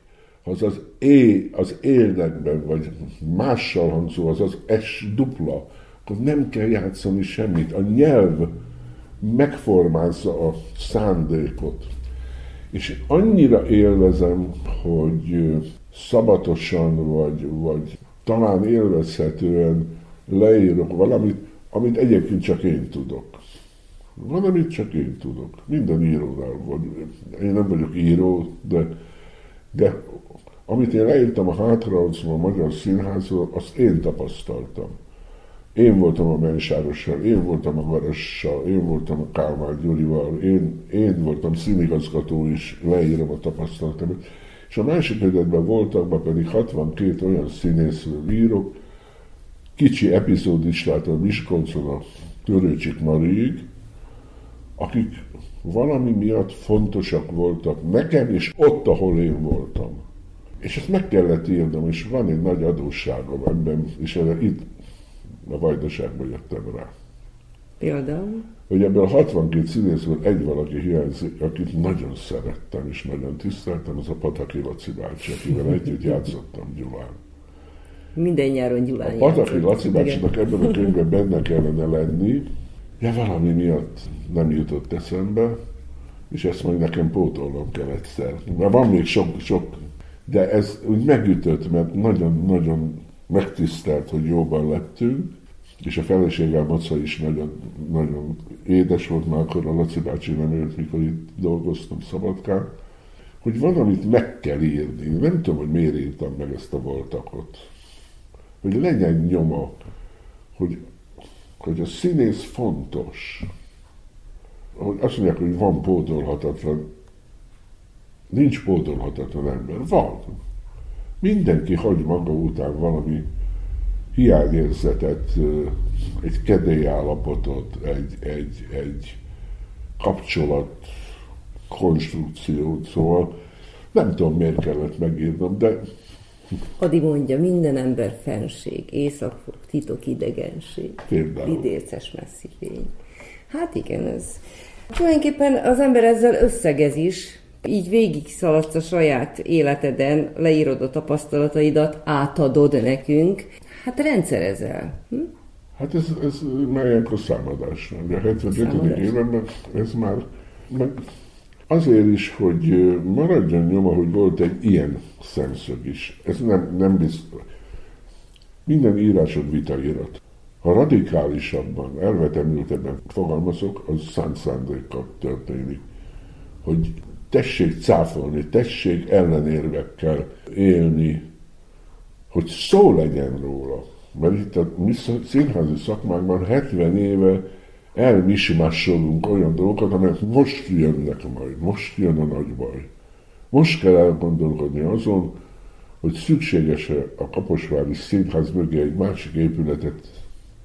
az élnekben, vagy mással hangzó, az S dupla, akkor nem kell játszani semmit. A nyelv megformázza a szándékot. És annyira élvezem, hogy szabatosan, vagy talán élvezhetően leírok valamit, amit egyébként csak én tudok. Valamit csak én tudok. Minden írónál van. Én nem vagyok író, de amit én leírtam a Hátraharcban, a Magyar Színházról, azt én tapasztaltam. Én voltam a Mensárossal, én voltam a Garassal, én voltam a Kálmán Gyurival, én voltam színigazgató is, leírom a tapasztalatomat. És a másik ötletben voltak, pedig 62 olyan színészről írok, kicsi epizódistától Miskolcon a Törőcsik Mariig, akik valami miatt fontosak voltak nekem, és ott, ahol én voltam. És ezt meg kellett írnom, és van egy nagy adósságom ebben, és erre itt a Vajdaságban jöttem rá. Például? Hogy ebből a 62 színészből egy valaki hiányzik, akit nagyon szerettem, és nagyon tiszteltem, az a Pataki Laci bácsi, akivel együtt játszottam Gyulán. Minden nyáron Gyulán a Pataki Laci bácsinak ebben a könyvben benne kellene lenni, de valami miatt nem jutott eszembe, és ezt majd nekem pótolnom kell egyszer. Mert van még sok, de ez úgy megütött, mert nagyon-nagyon megtisztelt, hogy jóban lettünk, és a feleségem Maca is nagyon édes volt, már akkor a Laci bácsi nem élt, mikor itt dolgoztam Szabadkán, hogy valamit meg kell írni. Nem tudom, hogy miért írtam meg ezt a voltakot. Hogy legyen nyoma, hogy a színész fontos. Hogy azt mondják, hogy van pótolhatatlan. Nincs pótolhatatlan ember. Van. Mindenki hagy maga után valami hiányérzetet, egy kedélyállapotot, egy kapcsolat konstrukciót, szóval nem tudom, miért kellett megírnom, de... Adi mondja, minden ember fenség, éjszakfog, titok idegenség, vidéces messzi fény. Hát igen, ez... Tulajdonképpen az ember ezzel összegez is, így végig szaladsz a saját életeden, leírod a tapasztalataidat, átadod nekünk, hát rendszerezel. Hát ez már ilyenkor számadás. A 75. évemben ez már... Azért is, hogy maradjon nyoma, hogy volt egy ilyen szemszög is. Ez nem biztos. Minden írásod vitairat. Ha radikálisabban, elvetemültebben fogalmazok, az szánt szándékkal történik. Hogy tessék cáfolni, tessék ellenérvekkel élni, hogy szó legyen róla. Mert itt a mi színházi szakmákban 70 éve elmismásolunk olyan dolgokat, amelyek most jönnek majd, most jön a nagy baj. Most kell elgondolkodni azon, hogy szükséges-e a Kaposvári Színház mögé egy másik épületet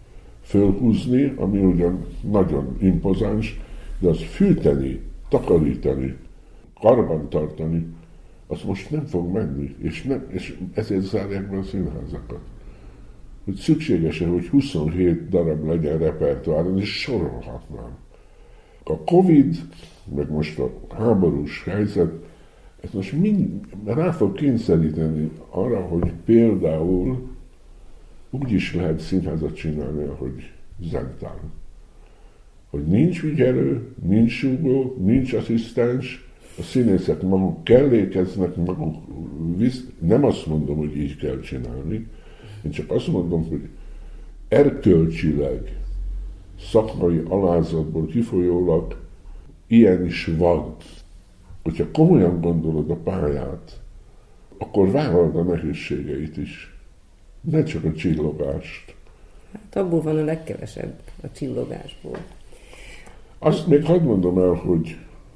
fölhúzni, ami ugyan nagyon impozáns, de az fűteni, takarítani, karbantartani, az most nem fog menni, és ezért zárják be a színházakat. Hogy szükséges-e, hogy 27 darab legyen repertoáron, és sorolhatnám. A Covid, meg most a háborús helyzet, ez most rá fog kényszeríteni arra, hogy például úgy is lehet színházat csinálni, ahogy Zentán. Hogy nincs ügyelő, nincs súgó, nincs asszisztens, a színészek maguk kellékeznek, maguk nem azt mondom, hogy így kell csinálni, én csak azt mondom, hogy erkölcsileg, szakmai alázatból kifolyólag ilyen is van. Hogyha komolyan gondolod a pályát, akkor vállalod a nehézségeit is. Ne csak a csillogást. Hát abból van a legkevesebb, a csillogásból. Azt még hadd mondom el, hogy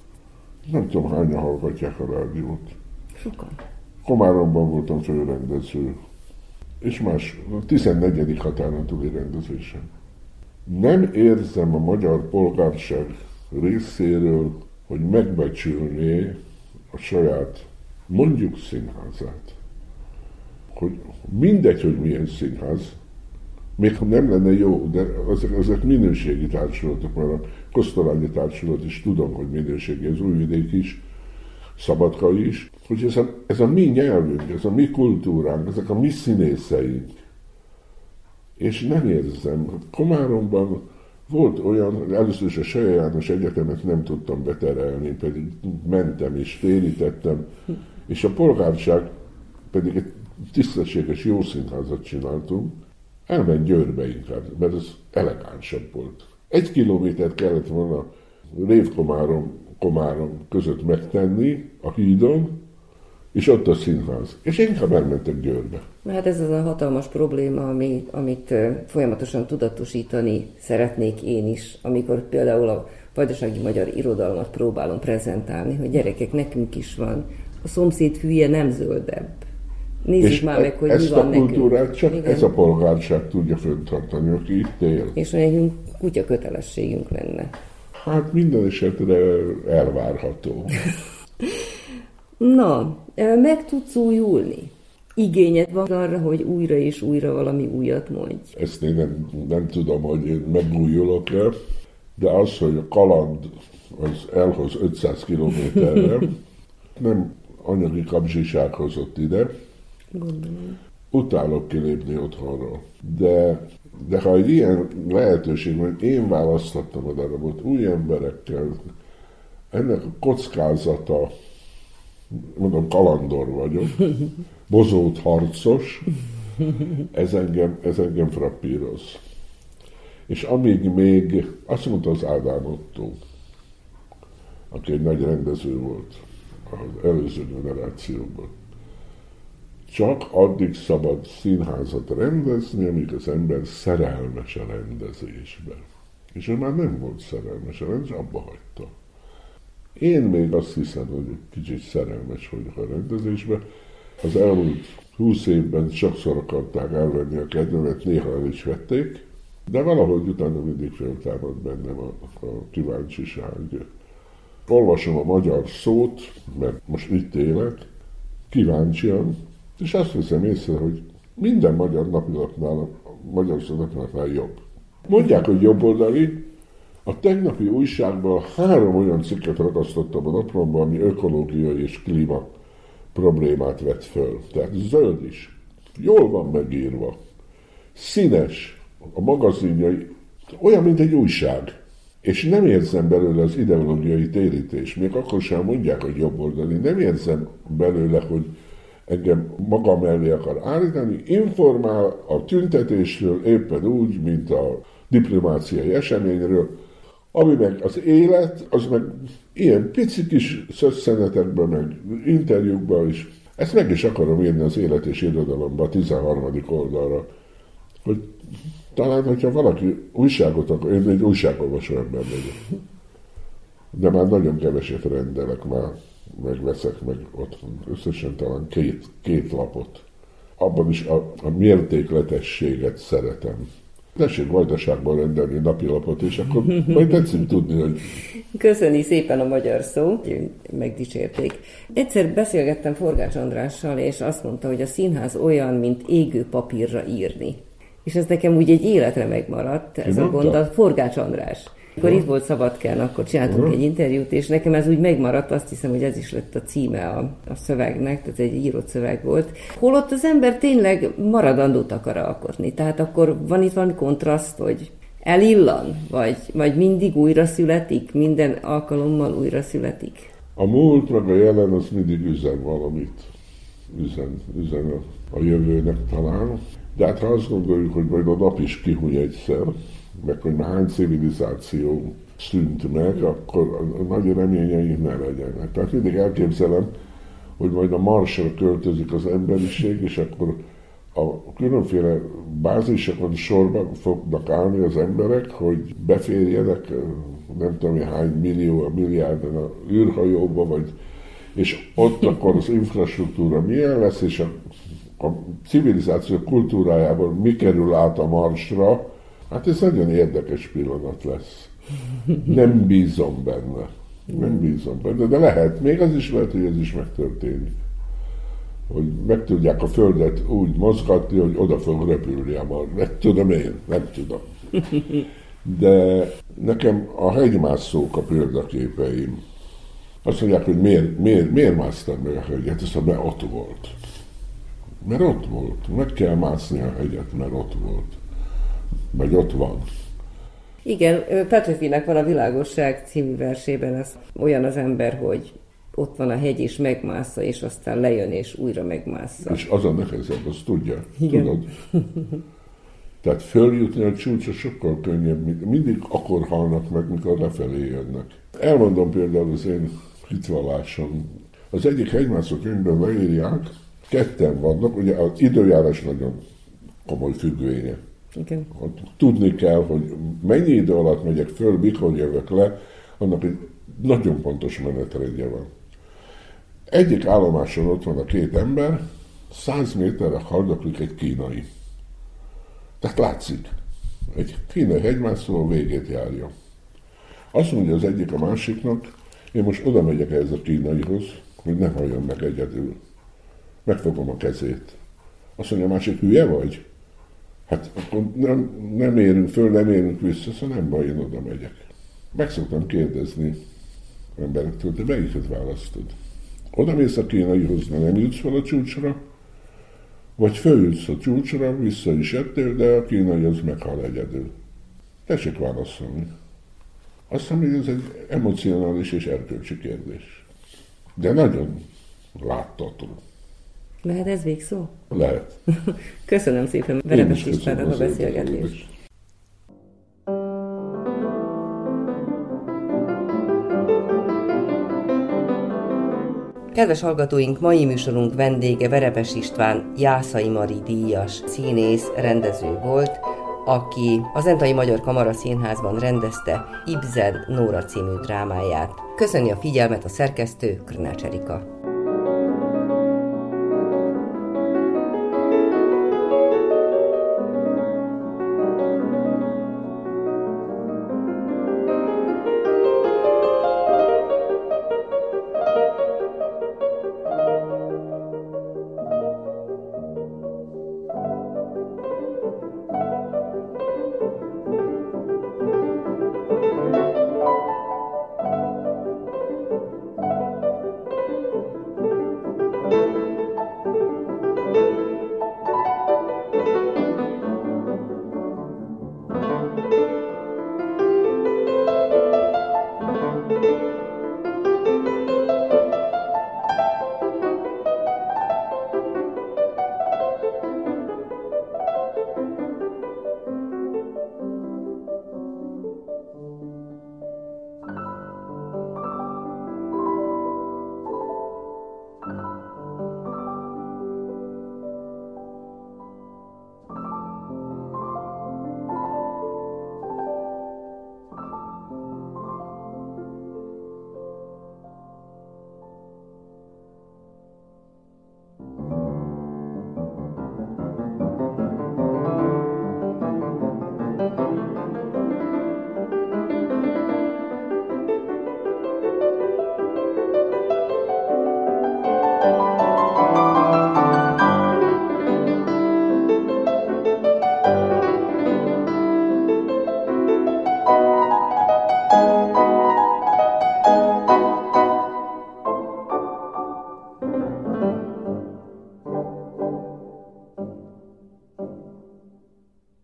nem tudom, hányan hallgatják a rádiót. Sokan. Komáromban voltam főrendező, és más, a 14. határon túli rendezésem. Nem érzem a magyar polgárság részéről, hogy megbecsülné a saját, mondjuk színházát. Hogy mindegy, hogy milyen színház, még ha nem lenne jó, de ezek minőségi társulatok, mert a Kosztolányi társulat is tudom, hogy minőségi, az Újvidék is, Szabadka is, hogy ez a mi nyelvünk, ez a mi kultúránk, ezek a mi színészeink. És nem érzem. Komáromban volt olyan, először is a Saja János Egyetemet nem tudtam beterelni, pedig mentem és térítettem, és a polgárság pedig egy tisztességes jó színházat csináltunk, elment Győrbe inkább, mert ez elegánsabb volt. 1 kilométert kellett volna Révkomárom között megtenni a hídon, és ott a színház. És inkább elmentek Győrbe. Hát ez az a hatalmas probléma, amit folyamatosan tudatosítani szeretnék én is, amikor például a vajdasági magyar irodalmat próbálom prezentálni, hogy gyerekek, nekünk is van. A szomszéd fülye nem zöldebb. Nézzük már meg, hogy mi van nekünk. Ezt a kultúrát csak igen. Ez a polgárság tudja fenntartani, aki itt él. És nekünk kutya kötelességünk lenne. Hát minden esetre elvárható. Na, meg tudsz újulni? Igényed van arra, hogy újra és újra valami újat mondj? Ezt én nem tudom, hogy én megújulok-e, de az, hogy a kaland az elhoz 500 kilométerre, nem anyagi kapzsiság hozott ide. Gondolom. Utálok kilépni otthonról. De ha egy ilyen lehetőség van, én választottam a darabot új emberekkel, ennek a kockázata, mondom, kalandor vagyok, bozót harcos, ez engem frappíroz. És amíg még, azt mondta az Ádám Ottó, aki egy nagy rendező volt az előző generációban, csak addig szabad színházat rendezni, amíg az ember szerelmes a rendezésben. És ő már nem volt szerelmes a rendezésben, abba hagyta. Én még azt hiszem, hogy kicsit szerelmes vagyok a rendezésben. Az elmúlt 20 évben sokszor akarták elvenni a kedvemet, néha el is vették, de valahogy utána mindig föltámad bennem a kíváncsiság. Olvasom a magyar szót, mert most itt élek, kíváncsian, és azt veszem észre, hogy minden magyar napilapnál, a magyar szónapilapnál jobb. Mondják, hogy jobboldali. A tegnapi újságban 3 olyan cikket ragasztottam a naplomban, ami ökológiai és klíma problémát vett föl. Tehát zöld is. Jól van megírva. Színes. A magazinjai olyan, mint egy újság. És nem érzem belőle az ideológiai térítést. Még akkor sem mondják, hogy jobboldali. Nem érzem belőle, hogy engem maga mellé akar állítani. Informál a tüntetésről éppen úgy, mint a diplomáciai eseményről, ami meg az élet, az meg ilyen pici kis szösszenetekben, meg interjúkban is. Ezt meg is akarom írni az Élet és Irodalomba, a 13. oldalra, hogy talán, hogyha valaki újságot akar, én egy újságolvasó ember vagyok. De már nagyon keveset rendelek, már megveszek meg otthon. Összesen talán két lapot. Abban is a mértékletességet szeretem. Tessék Vajdaságban rendelni napilapot, és akkor majd tetszik tudni, hogy... Köszöni szépen a magyar szó, megdicsérték. Egyszer beszélgettem Forgács Andrással, és azt mondta, hogy a színház olyan, mint égő papírra írni. És ez nekem úgy egy életre megmaradt, ez a gondolat. Forgács András. Akkor itt volt Szabadkán, akkor csináltunk egy interjút, és nekem ez úgy megmaradt, azt hiszem, hogy ez is lett a címe a szövegnek, tehát egy írott szöveg volt. Holott az ember tényleg maradandót akar alkotni, tehát akkor van itt valami kontraszt, hogy elillan, vagy mindig újra születik, minden alkalommal újra születik. A múlt meg a jelen az mindig üzen valamit, üzen a jövőnek talán. De hát ha azt gondoljuk, hogy majd a nap is kihúny egyszer, meg hogy már hány civilizáció szűnt meg, akkor a nagy reményeink ne legyenek. Tehát mindig elképzelem, hogy majd a Marsra költözik az emberiség, és akkor a különféle bázisokon sorba fognak állni az emberek, hogy beférjenek nem tudom hány millió, milliárden a űrhajóba, és ott akkor az infrastruktúra milyen lesz, és a civilizáció kultúrájában mi kerül át a Marsra. Hát ez nagyon érdekes pillanat lesz. Nem bízom benne. De lehet, még az is lehet, hogy ez is megtörténik. Hogy meg tudják a Földet úgy mozgatni, hogy oda fog repülni a Mars. Nem tudom. De nekem a hegymászók a példaképeim. Azt mondják, hogy miért másztam meg a hegyet, azt mondja, mert ott volt. Mert ott volt. Meg kell mászni a hegyet, mert ott volt. Vagy ott van. Igen, Petőfinek van a Világosság című versében az, olyan az ember, hogy ott van a hegy, és megmásza, és aztán lejön, és újra megmásza. És az a nehezebb, azt tudja. Igen. Tudod? Tehát följutni a csúcsra sokkal könnyebb, mindig akkor halnak meg, mikor lefelé jönnek. Elmondom például az én hitvallásom. Az egyik hegymászó könyvben leírják, ketten vannak, ugye az időjárás nagyon komoly függvénye. Igen. Tudni kell, hogy mennyi idő alatt megyek föl, mikor jövök le, annak egy nagyon pontos menetrendje van. Egyik állomáson ott van a két ember, 100 méterre haldoklik egy kínai. Tehát látszik, egy kínai hegymászó a végét járja. Azt mondja az egyik a másiknak, én most oda megyek ehhez a kínaihoz, hogy ne halljon meg egyedül. Megfogom a kezét. Azt mondja a másik, hülye vagy? Hát akkor nem érünk föl, nem érünk vissza, szóval nem baj, én oda megyek. Meg szoktam kérdezni emberektől, te melyiket választod? Oda mész a kínaihoz, de nem jutsz fel a csúcsra, vagy följutsz a csúcsra, vissza is jöttél, de a kínai az meghal egyedül. Tessék válaszolni. Azt hiszem, hogy ez egy emocionális és erkölcsi kérdés. De nagyon láttató. Lehet ez végszó? Lehet. Köszönöm szépen Verebes Istvánnak a beszélgetést. Kedves hallgatóink, mai műsorunk vendége Verebes István Jászai Mari díjas színész, rendező volt, aki a Zentai Magyar Kamaraszínházban rendezte Ibsen Nóra című drámáját. Köszöni a figyelmet a szerkesztő, Krnács Erika.